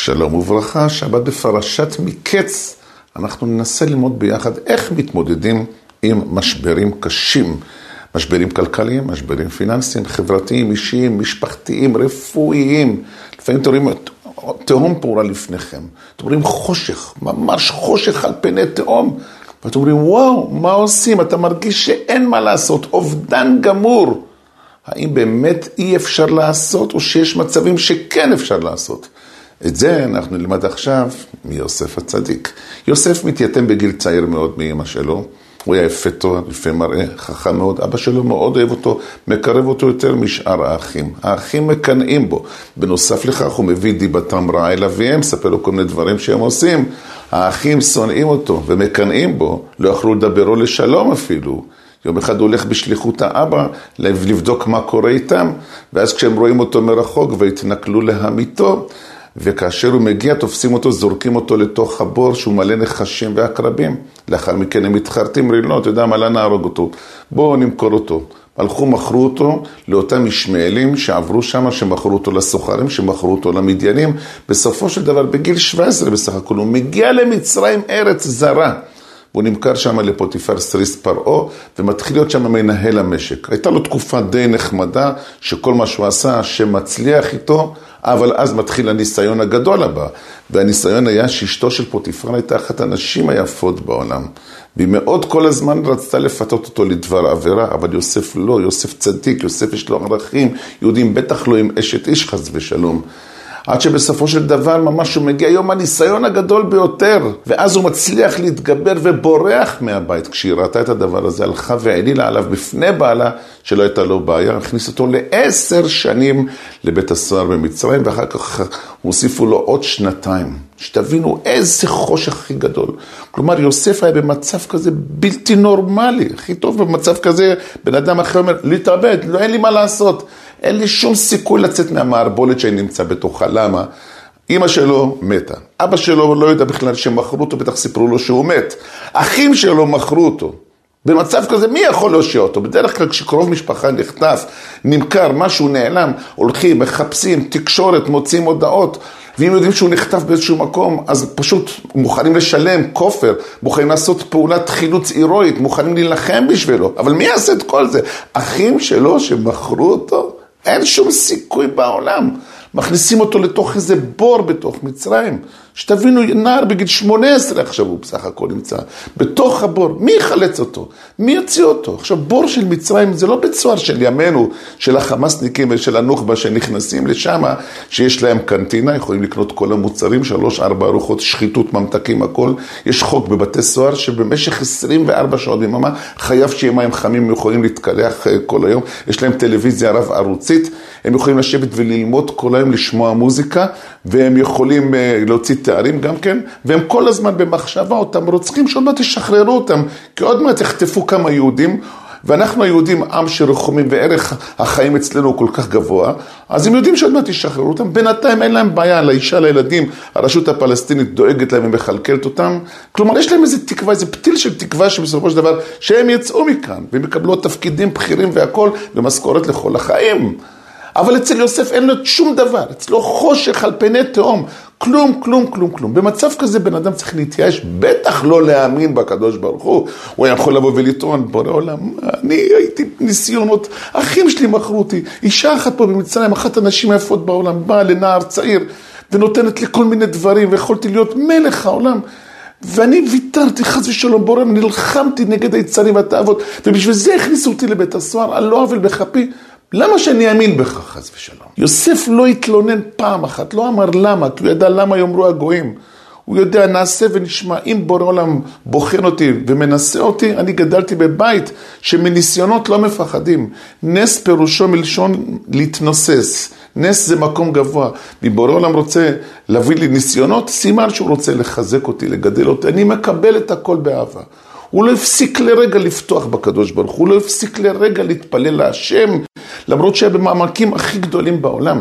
שלום וברכה, שבת בפרשת מקץ. אנחנו ננסה ללמוד ביחד איך מתמודדים עם משברים קשים. משברים כלכליים, משברים פיננסיים, חברתיים, אישיים, משפחתיים, רפואיים. לפעמים אתם רואים תהום פעורה לפניכם. אתם רואים חושך, ממש חושך על פני תהום. ואתם אומרים, וואו, מה עושים? אתה מרגיש שאין מה לעשות, אובדן גמור. האם באמת אי אפשר לעשות, או שיש מצבים שכן אפשר לעשות? את זה אנחנו נלמד עכשיו מיוסף הצדיק. יוסף מתייתם בגיל צעיר מאוד מאמא שלו. הוא היה יפה תואר, יפה מראה, חכם מאוד. אבא שלו מאוד אוהב אותו, מקרב אותו יותר משאר האחים. האחים מקנאים בו. בנוסף לכך הוא מביא דיבתם רעה אל אביהם, ספר לו כל מיני דברים שהם עושים. האחים שונאים אותו ומקנאים בו, לא יכלו לדברו לשלום אפילו. יום אחד הוא הולך בשליחות האבא לבדוק מה קורה איתם, ואז כשהם רואים אותו מרחוק והתנכלו להמיתו, וכאשר הוא מגיע, תופסים אותו, זורקים אותו לתוך הבור שהוא מלא נחשים ועקרבים. לאחר מכן הם מתחרטים, אומרים, לא, אתה יודע מה, לא נהרוג אותו. בואו נמכור אותו. הלכו, מכרו אותו לאותם ישמעאלים שעברו שם, שמכרו אותו לסוחרים, שמכרו אותו למדיינים. בסופו של דבר, בגיל 17 בסך הכל, הוא מגיע למצרים, ארץ זרה. הוא נמכר שם לפוטיפר סריס פרעה, ומתחיל להיות שם מנהל המשק. הייתה לו תקופה די נחמדה, שכל מה שהוא עשה, שמצליח איתו, אבל אז מתחיל הניסיון הגדול הבא. והניסיון היה שאשתו של פוטיפר הייתה אחת הנשים היפות בעולם. והיא מאוד כל הזמן רצתה לפתות אותו לדבר עבירה, אבל יוסף לא, יוסף צדיק, יוסף יש לו ערכים, יהודים בטח לא עם אשת איש חס ושלום. עד שבסופו של דבר ממש הוא מגיע יום הניסיון הגדול ביותר, ואז הוא מצליח להתגבר ובורח מהבית. כשהיא ראתה את הדבר הזה, הלכה והעלילה עליו בפני בעלה, שלא הייתה לו בעיה, הכניס אותו ל10 שנים לבית הסוהר במצרים, ואחר כך הוסיפו לו עוד 2. שתבינו איזה חושך הכי גדול. כלומר, יוסף היה במצב כזה בלתי נורמלי, הכי טוב במצב כזה, בן אדם אחר אומר, להתאבד, לא, אין לי מה לעשות. אין לי שום סיכוי לצאת מהמערבולת שאני נמצא בתוכה. למה? אמא שלו מתה. אבא שלו לא יודע בכלל שמכרו אותו, בטח סיפרו לו שהוא מת. אחים שלו מכרו אותו. במצב כזה, מי יכול להושיע אותו? בדרך כלל כשקרוב משפחה נחטף, נמכר, משהו נעלם, הולכים, מחפשים, תקשורת, מוצאים הודעות, ואם יודעים שהוא נחטף באיזשהו מקום, אז פשוט מוכנים לשלם כופר, מוכנים לעשות פעולת חילוץ הירואית, מוכנים להילחם בשבילו. אבל מי יעשה את כל זה? אחים שלו שמכרו אותו? אין שום סיכוי בעולם. מכניסים אותו לתוך איזה בור בתוך מצרים. שתבינו, נער בגיל 18 עכשיו הוא בסך הכל נמצא. בתוך הבור, מי יחלץ אותו? מי יוציא אותו? עכשיו, בור של מצרים זה לא בית סוהר של ימינו, של החמאסניקים ושל הנוח'בה שנכנסים לשם, שיש להם קנטינה, יכולים לקנות כל המוצרים, 3-4 ארוחות, שחיתות, ממתקים, הכל. יש חוק בבתי סוהר שבמשך 24 שעות ביממה, חייב שיהיה מים חמים, יכולים להתקלח כל היום. יש להם טלוויזיה רב ערוצית, הם יכולים לשבת וללמוד כל היום, לשמוע מוזיקה, והם יכולים להוציא תארים גם כן, והם כל הזמן במחשבה אותם רוצחים, שעוד מעט ישחררו אותם, כי עוד מעט יחטפו כמה יהודים, ואנחנו היהודים עם שרחומים, וערך החיים אצלנו הוא כל כך גבוה, אז הם יודעים שעוד מעט ישחררו אותם, בינתיים אין להם בעיה, לאישה, לילדים, הרשות הפלסטינית דואגת להם ומחלקלת אותם, כלומר יש להם איזה תקווה, איזה פתיל של תקווה שבסופו של דבר, שהם יצאו מכאן, והם יקבלו תפקידים בכירים והכל, ומשכורת לכל החיים. אבל אצל יוסף אין לו שום דבר, אצלו חושך על פני תהום, כלום, כלום, כלום, כלום. במצב כזה בן אדם צריך להתייאש, בטח לא להאמין בקדוש ברוך הוא. הוא יכול לבוא ולטעון, בורא עולם, אני הייתי ניסיונות, אחים שלי מכרו אותי, אישה אחת פה במצרים, אחת הנשים היפות בעולם, באה לנער צעיר, ונותנת לי כל מיני דברים, ויכולתי להיות מלך העולם. ואני ויתרתי, חס ושלום, בורא, נלחמתי נגד היצרים והתאוות, ובשביל זה הכניסו אותי לבית הסוהר, על לא עוול בכפי. למה שאני אאמין בך, חס ושלום? יוסף לא התלונן פעם אחת, לא אמר למה, כי הוא ידע למה יאמרו הגויים. הוא יודע, נעשה ונשמע, אם בורא עולם בוחן אותי ומנסה אותי, אני גדלתי בבית שמניסיונות לא מפחדים. נס פירושו מלשון להתנוסס. נס זה מקום גבוה. אם בורא עולם רוצה להביא לי ניסיונות, סימן שהוא רוצה לחזק אותי, לגדל אותי. אני מקבל את הכל באהבה. הוא לא הפסיק לרגע לפתוח בקדוש ברוך הוא, לא הפסיק לרגע להתפלל להשם, למרות שהיה במעמקים הכי גדולים בעולם.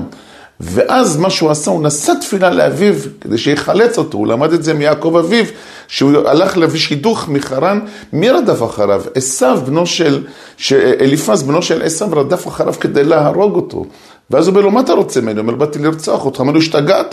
ואז מה שהוא עשה, הוא נשא תפילה לאביו, כדי שיחלץ אותו, הוא למד את זה מיעקב אביו, שהוא הלך להביא שידוך מחרן, מי רדף אחריו? אליפז בנו של עשיו רדף אחריו כדי להרוג אותו. ואז הוא אומר לו, מה אתה רוצה ממני? הוא אומר, באתי לרצוח אותך. אמר לו, השתגעת?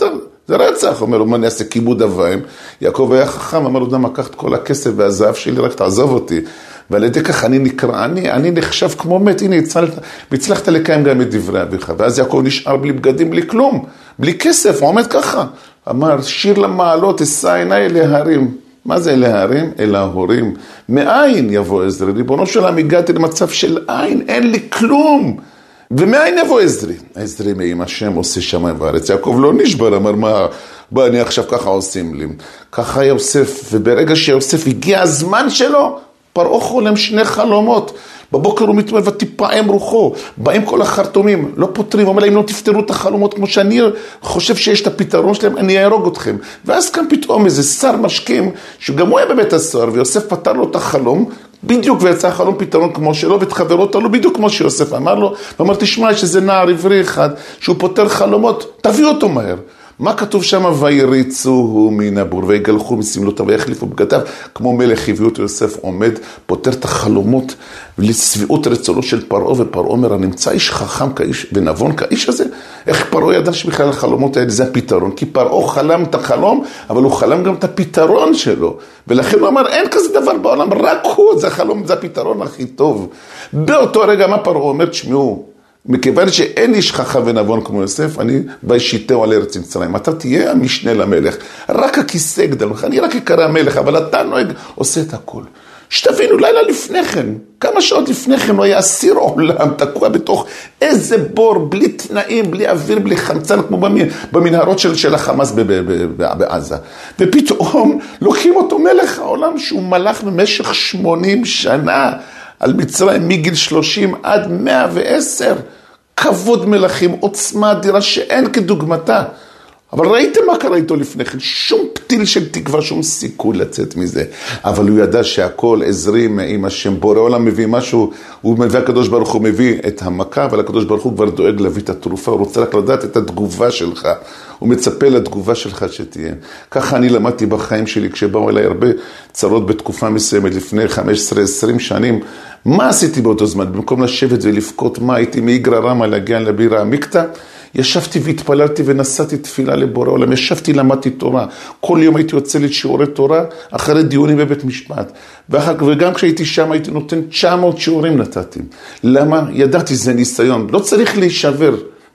זה רצח. אומר לו, מה אני אעשה כיבוד אביים? יעקב היה חכם, אמר לו, מה, קח את כל הכסף והזהב שלי, רק תעזוב אותי. ועל ידי כך אני נקרא, אני נחשב כמו מת, הנה, הצלחת לקיים גם את דברי אביך. ואז יעקב נשאר בלי בגדים, בלי כלום, בלי כסף, הוא עומד ככה. אמר, שיר למעלות, אשא עיניי אל ההרים. מה זה אל ההרים? אל ההורים. מאין יבוא עזרי? ריבונו של עולם, הגעתי למצב של עין, אין לי כלום. ומאין יבוא עזרי? עזרי מעם השם עושה שמיים וארץ. יעקב לא נשבר, אמר, מה אני עכשיו ככה עושים לי? ככה יוסף, וברגע שיוסף הגיע הזמן שלו, פרעה חולם 2 חלומות. בבוקר הוא מתעורר ותפעם רוחו. באים כל החרטומים, לא פותרים. אומר להם, לא תפתרו את החלומות כמו שאני חושב שיש את הפתרון שלהם, אני אהרוג אתכם. ואז כאן פתאום איזה שר משקים, שגם הוא היה בבית הסוהר, ויוסף פתר לו את החלום, בדיוק ויצא החלום פתרון כמו שלו, ואת חברות לו בדיוק כמו שיוסף אמר לו, ואמר, תשמע, יש איזה נער עברי אחד, שהוא פותר חלומות, תביא אותו מהר. מה כתוב שם? ויריצוהו מן הבור, ויגלחו מסמלותיו, ויחליפו בגדיו, כמו מלך הביאו אותו יוסף עומד, פותר את החלומות, לסביעות רצונו של פרעה, ופרעה אומר, נמצא איש חכם כאיש, ונבון כאיש הזה? איך פרעה ידע שבכלל החלומות האלה זה הפתרון? כי פרעה חלם את החלום, אבל הוא חלם גם את הפתרון שלו, ולכן הוא אמר, אין כזה דבר בעולם, רק הוא, זה החלום, זה הפתרון הכי טוב. באותו רגע מה פרעה אומר? תשמעו, מכיוון שאין איש חכם ונבון כמו יוסף, אני בישיתהו על ארץ מצרים. אתה תהיה המשנה למלך. רק הכיסא גדל לך, אני רק אקרא המלך, אבל אתה נוהג, עושה את הכל. שתבינו, לילה לפני כן, כמה שעות לפני כן, הוא היה אסיר עולם, תקוע בתוך איזה בור, בלי תנאים, בלי אוויר, בלי חמצן, כמו במנהרות של החמאס בעזה. ופתאום לוקחים אותו מלך העולם, שהוא מלך במשך 80 שנה, על מצרים מגיל 30 עד 110, כבוד מלכים, עוצמה אדירה שאין כדוגמתה. אבל ראיתם מה קרה איתו לפני כן? שום פתיל של תקווה, שום סיכוי לצאת מזה. אבל הוא ידע שהכל עזרי מעם השם, בורא עולם מביא משהו, הוא מביא, הקדוש ברוך הוא מביא את המכה, אבל הקדוש ברוך הוא כבר דואג להביא את התרופה, הוא רוצה רק לדעת את התגובה שלך, הוא מצפה לתגובה שלך שתהיה. ככה אני למדתי בחיים שלי, כשבאו אליי הרבה צרות בתקופה מסוימת, לפני 15-20 שנים, מה עשיתי באותו זמן? במקום לשבת ולפקות מה, הייתי מאיגרא רמא להגיע לבירה עמיקתא, ישבתי והתפללתי ונסעתי תפילה לבורא עולם, ישבתי למדתי תורה, כל יום הייתי יוצא לי שיעורי תורה, אחרי דיונים בבית משפט, וגם כשהייתי שם הייתי נותן 900 שיעורים נתתי. למה? ידעתי זה ניסיון, לא צריך להישבר,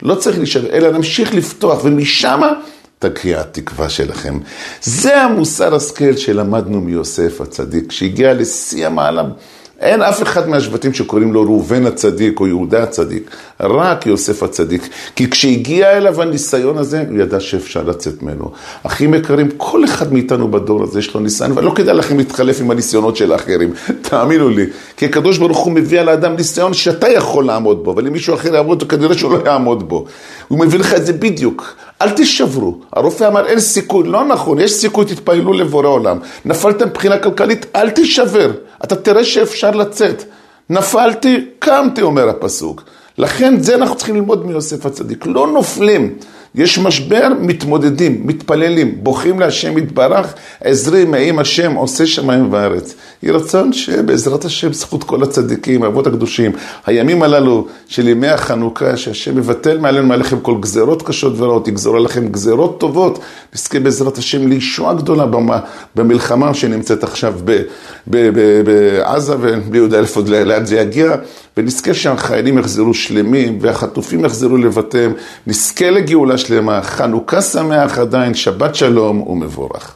אלא נמשיך לפתוח, ומשם תגיע התקווה שלכם. זה המוסר השכל שלמדנו מיוסף הצדיק, שהגיע לשיא המעלה. אין אף אחד מהשבטים שקוראים לו ראובן הצדיק או יהודה הצדיק, רק יוסף הצדיק. כי כשהגיע אליו הניסיון הזה, הוא ידע שאפשר לצאת ממנו. אחים יקרים, כל אחד מאיתנו בדור הזה יש לו ניסיון, ולא כדאי לכם להתחלף עם הניסיונות של האחרים, תאמינו לי. כי הקדוש ברוך הוא מביא על האדם ניסיון שאתה יכול לעמוד בו, אבל אם מישהו אחר יעמוד בו, כנראה שהוא לא יעמוד בו. הוא מביא לך את זה בדיוק. אל תשברו. הרופא אמר, אין סיכוי. לא נכון, יש סיכוי, תתפעלו לבורא עולם. נפלתם מבחינה כלכלית, אל תשבר. אתה תראה שאפשר לצאת. נפלתי, קמתי, אומר הפסוק. לכן זה אנחנו צריכים ללמוד מיוסף הצדיק. לא נופלים. יש משבר, מתמודדים, מתפללים, בוכים להשם יתברך, עזרי מעם השם, עושה שמיים וארץ. יהי רצון שבעזרת השם, זכות כל הצדיקים, האבות הקדושים, הימים הללו של ימי החנוכה, שהשם מבטל מעלינו מעליכם כל גזרות קשות ורעות, יגזור עליכם גזרות טובות, נזכה בעזרת השם לישועה גדולה במלחמה שנמצאת עכשיו בעזה וביהודה אלף עוד לאן זה יגיע, ונזכה שהחיילים יחזרו שלמים והחטופים יחזרו לבתיהם, נזכה לגאולה שלמה, חנוכה שמח עדיין, שבת שלום ומבורך.